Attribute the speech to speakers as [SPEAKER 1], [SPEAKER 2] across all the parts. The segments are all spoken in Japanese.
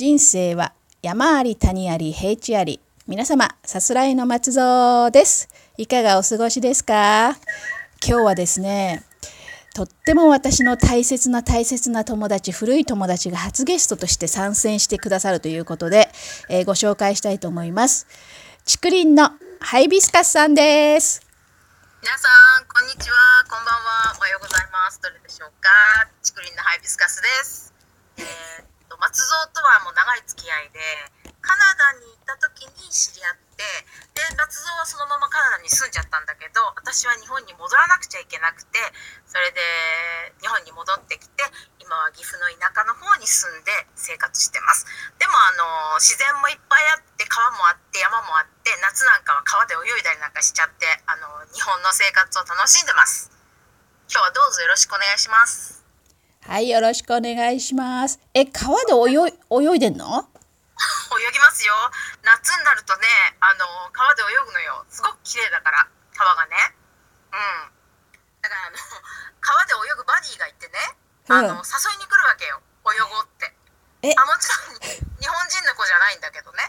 [SPEAKER 1] 人生は山あり谷あり平地あり。皆様、さすらいの松蔵です。いかがお過ごしですか？今日はですね、とっても私の大切な友達、古い友達が初ゲストとして参戦してくださるということで、ご紹介したいと思います。竹林のハイビスカスさんです。
[SPEAKER 2] 皆さんこんにちは、こんばんは、おはようございます。どれでしょうか？竹林のハイビスカスです。松蔵とはもう長い付き合いで、カナダに行った時に知り合って、で松蔵はそのままカナダに住んじゃったんだけど、私は日本に戻らなくちゃいけなくて、それで日本に戻ってきて、今は岐阜の田舎の方に住んで生活してます。でも自然もいっぱいあって、川もあって山もあって、夏なんかは川で泳いだりなんかしちゃって、日本の生活を楽しんでます。今日はどうぞよろしくお願いします。
[SPEAKER 1] はい、よろしくお願いします。川で泳いでんの？
[SPEAKER 2] 泳ぎますよ。夏になるとね、川で泳ぐのよ。すごく綺麗だから川がね。だから川で泳ぐバディがいてね、誘いに来るわけよ、泳ごうって。もちろん日本人の子じゃないんだけどね。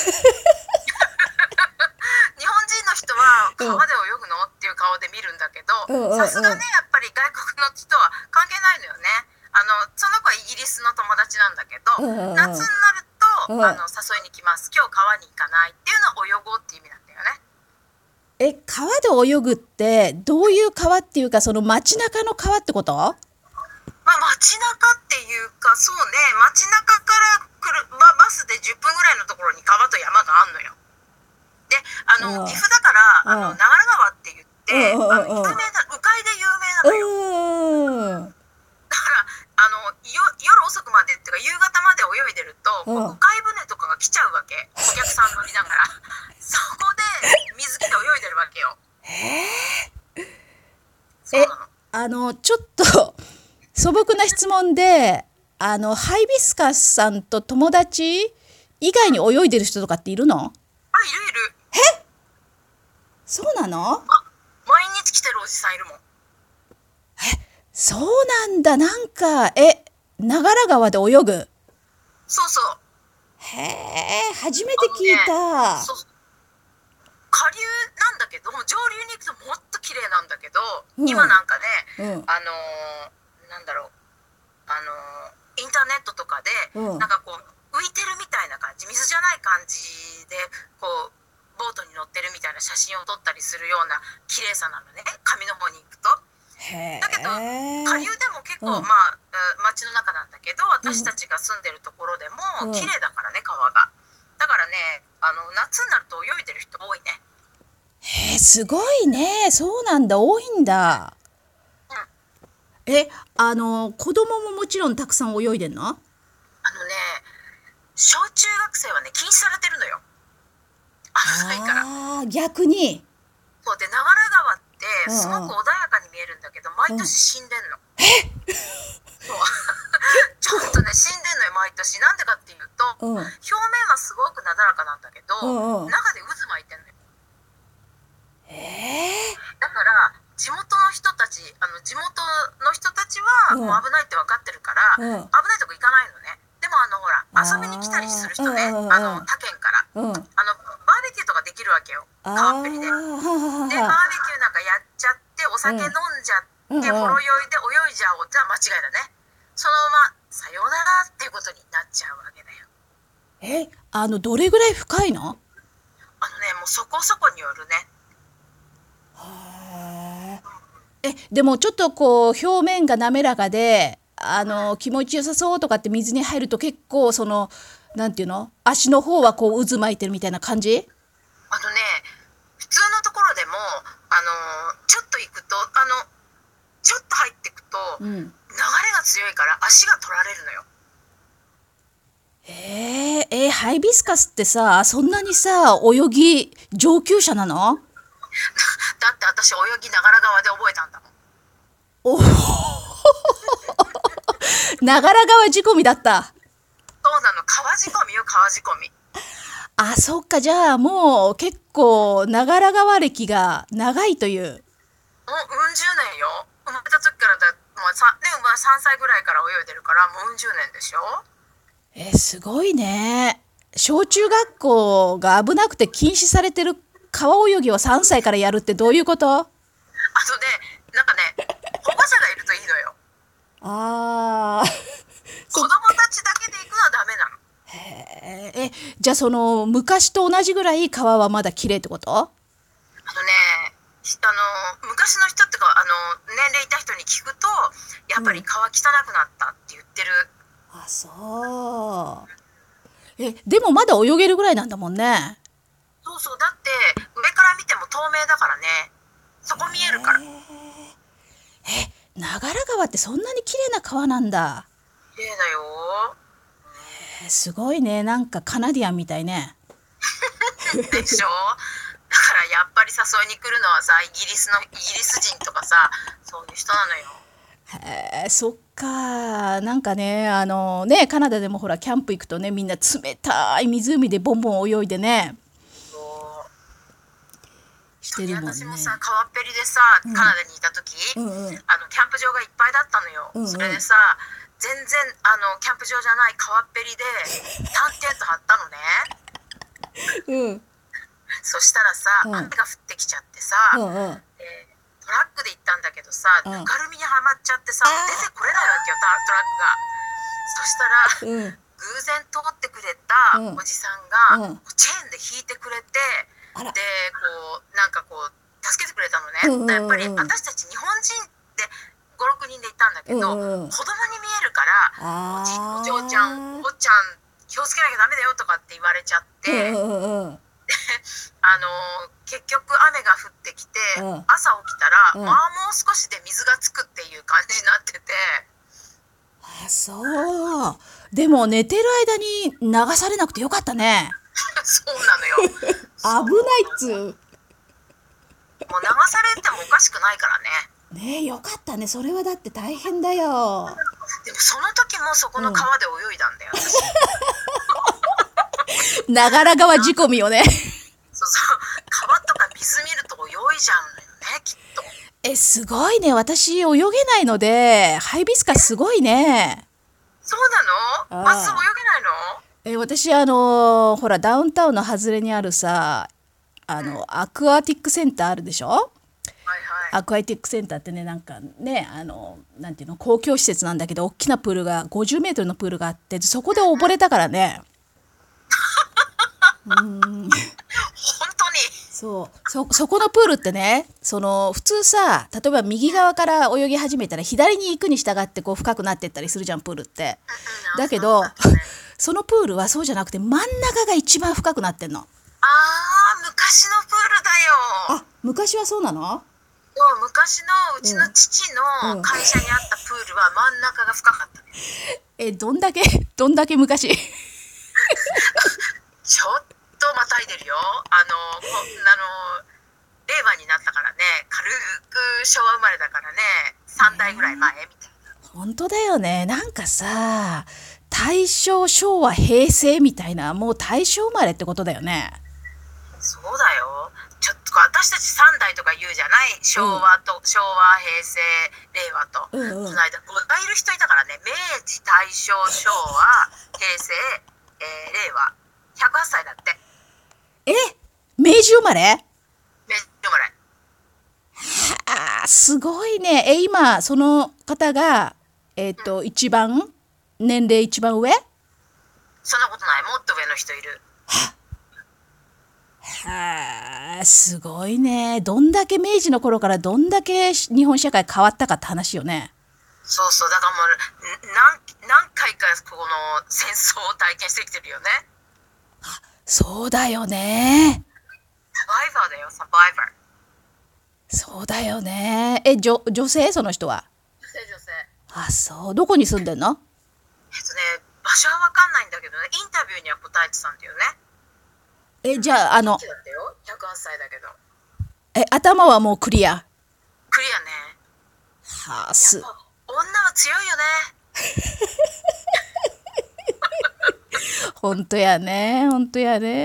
[SPEAKER 2] 日本人の人は川で泳ぐのっていう顔で見るんだけど、さすがね、やっぱり外国の人は関係ないのよね。その子はイギリスの友達なんだけど、夏になると誘いに来ます。今日川に行かないっていうのは泳ごうっていう意味なんだよね。
[SPEAKER 1] 川で泳ぐってどういう川っていうか、その街中の川ってこと？
[SPEAKER 2] 街中っていうか、そうね、街中からバスで10分ぐらいのところに川と山があんのよ。で岐阜だから長良川って言って、有名な鵜飼で有名なのよ。だから夜遅くまでっていうか夕方まで泳いでると、鵜飼船とかが来ちゃうわけ、お客さん乗りながら。そこで水着で泳いでるわけよ。そうなの。
[SPEAKER 1] ちょっと素朴な質問で、ハイビスカスさんと友達以外に泳いでる人とかっているの？
[SPEAKER 2] いるいる。
[SPEAKER 1] そうなの？
[SPEAKER 2] 毎日来てるおじさんいるもん。
[SPEAKER 1] そうなんだ。なんか長良川で泳ぐ。
[SPEAKER 2] そうそう。
[SPEAKER 1] 初めて聞いた。
[SPEAKER 2] 下流なんだけど、上流に行くともっと綺麗なんだけど、今なんかね、なんだろう、インターネットとかで、なんかこう浮いてるみたいな感じ、水じゃない感じでこうボートに乗ってるみたいな写真を撮ったりするような綺麗さなのね、上の方に行くと。だけど下流でも結構街の中なんだけど、私たちが住んでるところでも綺麗だからね、川が。だからね、夏になると泳いでる人多いね。
[SPEAKER 1] すごいね。そうなんだ、多いんだ。子供ももちろんたくさん泳いでんの？
[SPEAKER 2] 小中学生はね、禁止されてるのよ、危ないから。
[SPEAKER 1] 逆に。
[SPEAKER 2] そうで、長良川ってすごく穏やかに見えるんだけど、毎年死んでんの。そうちょっとね、死んでんのよ、毎年。なんでかっていうと、表面はすごくなだらかなんだけど、中で渦巻いてんのよ。だから地元の人たちはもう危ないって分かってるから、危ないとこ行かないのね。でもほら、遊びに来たりする人ね、他県からバーベキューとかできるわけよ、川っぺりで。でバーベキューなんかやっちゃって、お酒飲んじゃって、ほろ酔いで泳いじゃおうってのは間違いだね。そのままさようならっていうことになっちゃうわけだよ。
[SPEAKER 1] どれぐらい深いの？
[SPEAKER 2] もうそこそこによるね。
[SPEAKER 1] でもちょっとこう表面が滑らかで気持ちよさそうとかって水に入ると、結構そのなんていうの、足の方はこう渦巻いてるみたいな感じ？
[SPEAKER 2] 普通のところでもちょっと行くとちょっと入っていくと、流れが強いから足が取られるのよ。
[SPEAKER 1] ハイビスカスってさ、そんなにさ泳ぎ上級者なの？
[SPEAKER 2] だって私泳ぎ長良川で覚えたんだもん。
[SPEAKER 1] 長良川仕込みだった。
[SPEAKER 2] そうなの、川仕込みよ、川仕込み。
[SPEAKER 1] そっか。じゃあもう結構長良川歴が長いという。
[SPEAKER 2] うん十年よ。生まれた時からもう3歳ぐらいから泳いでるから、もううん十年でしょ。
[SPEAKER 1] すごいね。小中学校が危なくて禁止されてる川泳ぎを3歳からやるってどういうこと？
[SPEAKER 2] あとね、なんかね、保護者がいるといいのよ。
[SPEAKER 1] あー
[SPEAKER 2] 子供たちだけで行くのはダメなの。
[SPEAKER 1] じゃあその昔と同じぐらい川はまだ綺麗ってこと？
[SPEAKER 2] あのね、昔の人っていうか、年齢いた人に聞くと、やっぱり川汚くなったって言ってる。
[SPEAKER 1] あ、そう。でもまだ泳げるぐらいなんだもんね。
[SPEAKER 2] そうそう、だって上から見ても透明だからね。そこ見えるから。
[SPEAKER 1] 長良川ってそんなに綺麗な川なんだ。
[SPEAKER 2] 綺麗だよ。
[SPEAKER 1] すごいね。なんかカナディアンみたいね。
[SPEAKER 2] でしょ。だからやっぱり誘いに来るのはさ、イギリス人とかさ、そういう人なのよ。
[SPEAKER 1] そっか。なんかね、カナダでもほらキャンプ行くとね、みんな冷たい湖でボンボン泳いでね、
[SPEAKER 2] そう
[SPEAKER 1] してるもんね。
[SPEAKER 2] 私もさ、川っぺりでさ、カナダにいた時、キャンプ場がいっぱいだったのよ。それでさ、全然キャンプ場じゃない川っぺりでテント張ったのね。そしたらさ、雨が降ってきちゃってさ、トラックで行ったんだけどさ、ぬかるみにはまっちゃってさ、出てこれないわけよ、トラックが。そしたら、偶然通ってくれたおじさんが、チェーンで引いてくれて、で、なんか助けてくれたのね。やっぱり私たち日本人って5、6人で行ったんだけど、子供に見えるから、お嬢ちゃん、お坊ちゃん、気をつけなきゃダメだよとかって言われちゃって、結局雨が降ってきて、朝起きたら、まあもう少しで水がつくっていう感じになってて。
[SPEAKER 1] あ、そう。でも寝てる間に流されなくてよかったね。
[SPEAKER 2] そうなのよ。
[SPEAKER 1] 危ないっつう。
[SPEAKER 2] もう流されてもおかしくないからね。
[SPEAKER 1] ねえ、よかったね。それはだって大変だよ。
[SPEAKER 2] でもその時もそこの川で泳いだんだよ、私。
[SPEAKER 1] 長良川仕込みよね。
[SPEAKER 2] そうそう、川とか水見ると泳いじゃうのよね、きっと。
[SPEAKER 1] すごいね。私泳げないので、ハイビスカスすごいね。
[SPEAKER 2] そうなの？まず泳げないの？
[SPEAKER 1] 私ほらダウンタウンの外れにあるさ、アクアティックセンターあるでしょ。
[SPEAKER 2] はいはい。
[SPEAKER 1] アクアティックセンターってね、なんかね、なんていうの、公共施設なんだけど、大きなプールが50メートルのプールがあって、そこで溺れたからね。
[SPEAKER 2] 本当に？
[SPEAKER 1] そこのプールってね、普通さ、例えば右側から泳ぎ始めたら左に行くに従って深くなってったりするじゃん、プールって。だけどそのプールはそうじゃなくて、真ん中が一番深くなってんの。
[SPEAKER 2] 昔のプールだよ。
[SPEAKER 1] あ、昔はそうなの？
[SPEAKER 2] そう、昔のうちの父の会社にあったプールは真ん中が深かったね。
[SPEAKER 1] どんだけ昔？
[SPEAKER 2] ちょっとまたいでるよ。令和になったからね、軽く昭和生まれだからね、3代ぐらい前みたいな。
[SPEAKER 1] 本当だよね。なんかさ、大正、昭和、平成みたいな、もう大正生まれってことだよね。
[SPEAKER 2] そうだよ。ちょっと私たち3代とか言うじゃない。昭和、平成、令和と。この間5代いる人いたからね。明治、大正、昭和、平成、令和。108歳だって。
[SPEAKER 1] 明治生まれ？
[SPEAKER 2] 明治生まれ。
[SPEAKER 1] すごいね。今その方が一番年齢一番上？
[SPEAKER 2] そんなことない。もっと上の人いる。
[SPEAKER 1] すごいね。どんだけ明治の頃からどんだけ日本社会変わったかって話よね。
[SPEAKER 2] そうそう。だからもう何回かこの戦争を体験してきてるよね。
[SPEAKER 1] そうだよね。
[SPEAKER 2] サバイバーだよ、サバイバー。
[SPEAKER 1] そうだよね。女性？その人は。
[SPEAKER 2] 女性。
[SPEAKER 1] あ、そう。どこに住んでんの？
[SPEAKER 2] 場所はわかんないんだけどね、インタビューには答えてたんだよね。
[SPEAKER 1] じゃあ
[SPEAKER 2] 元気だったよ、108歳だけど。
[SPEAKER 1] 頭はもうクリア？
[SPEAKER 2] クリアね。女は強いよね。
[SPEAKER 1] 本当やね。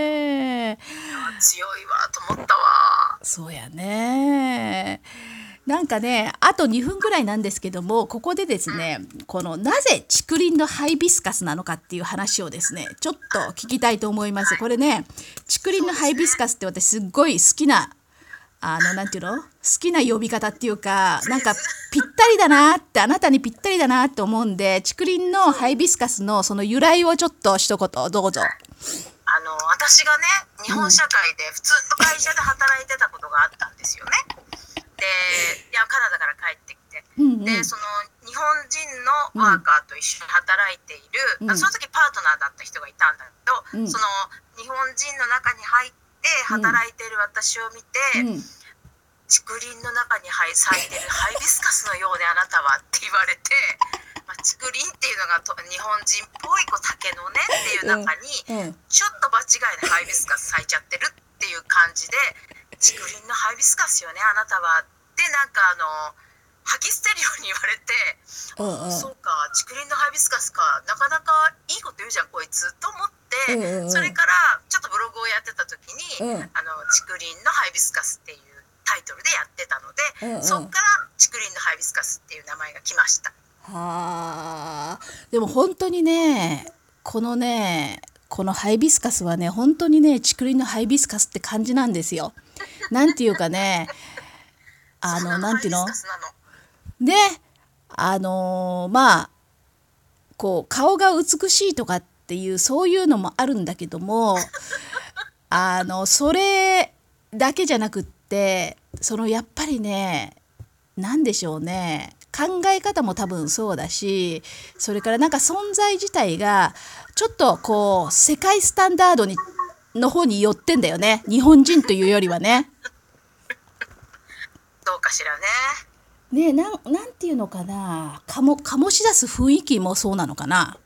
[SPEAKER 2] 強いわと思ったわ。
[SPEAKER 1] そうやね。 なんかね、あと2分くらいなんですけども、ここでですね、このなぜ竹林のハイビスカスなのかっていう話をですね、ちょっと聞きたいと思います。これね、竹林のハイビスカスって私すっごい好きな、なんていうの好きな呼び方っていうか、なんかぴったりだなって、あなたにぴったりだなって思うんで、竹林のハイビスカスのその由来をちょっと一言どうぞ。
[SPEAKER 2] 私がね、日本社会で普通の会社で働いてたことがあったんですよね。で、カナダから帰ってきて、で、その日本人のワーカーと一緒に働いている、その時パートナーだった人がいたんだけど、その日本人の中に入って働いている私を見て、竹林の中に咲いてるハイビスカスのようであなたはって言われて、竹林っていうのが日本人っぽい竹のねっていう中に、ちょっと場違いでハイビスカス咲いちゃってるっていう感じで、竹林のハイビスカスよねあなたはってなんか吐き捨てるように言われて、そうか竹林のハイビスカスか、なかなかいいこと言うじゃんこいつと思って、それからちょっとブログをやってた時に、竹林のハイビスカスっていうタイトルでやってたので、そっから竹林のハイビスカスっていう名前が来ました。
[SPEAKER 1] はあ、でも本当にね、このハイビスカスはね、本当にね、竹林のハイビスカスって感じなんですよ。なんていうかね、なんていうので、こう顔が美しいとかっていうそういうのもあるんだけども、それだけじゃなくって、やっぱりね、なんでしょうね、考え方も多分そうだし、それからなんか存在自体がちょっとこう世界スタンダードの方に寄ってんだよね、日本人というよりはね。
[SPEAKER 2] どうかしらね。
[SPEAKER 1] ね、なんていうのかな、醸し出す雰囲気もそうなのかな。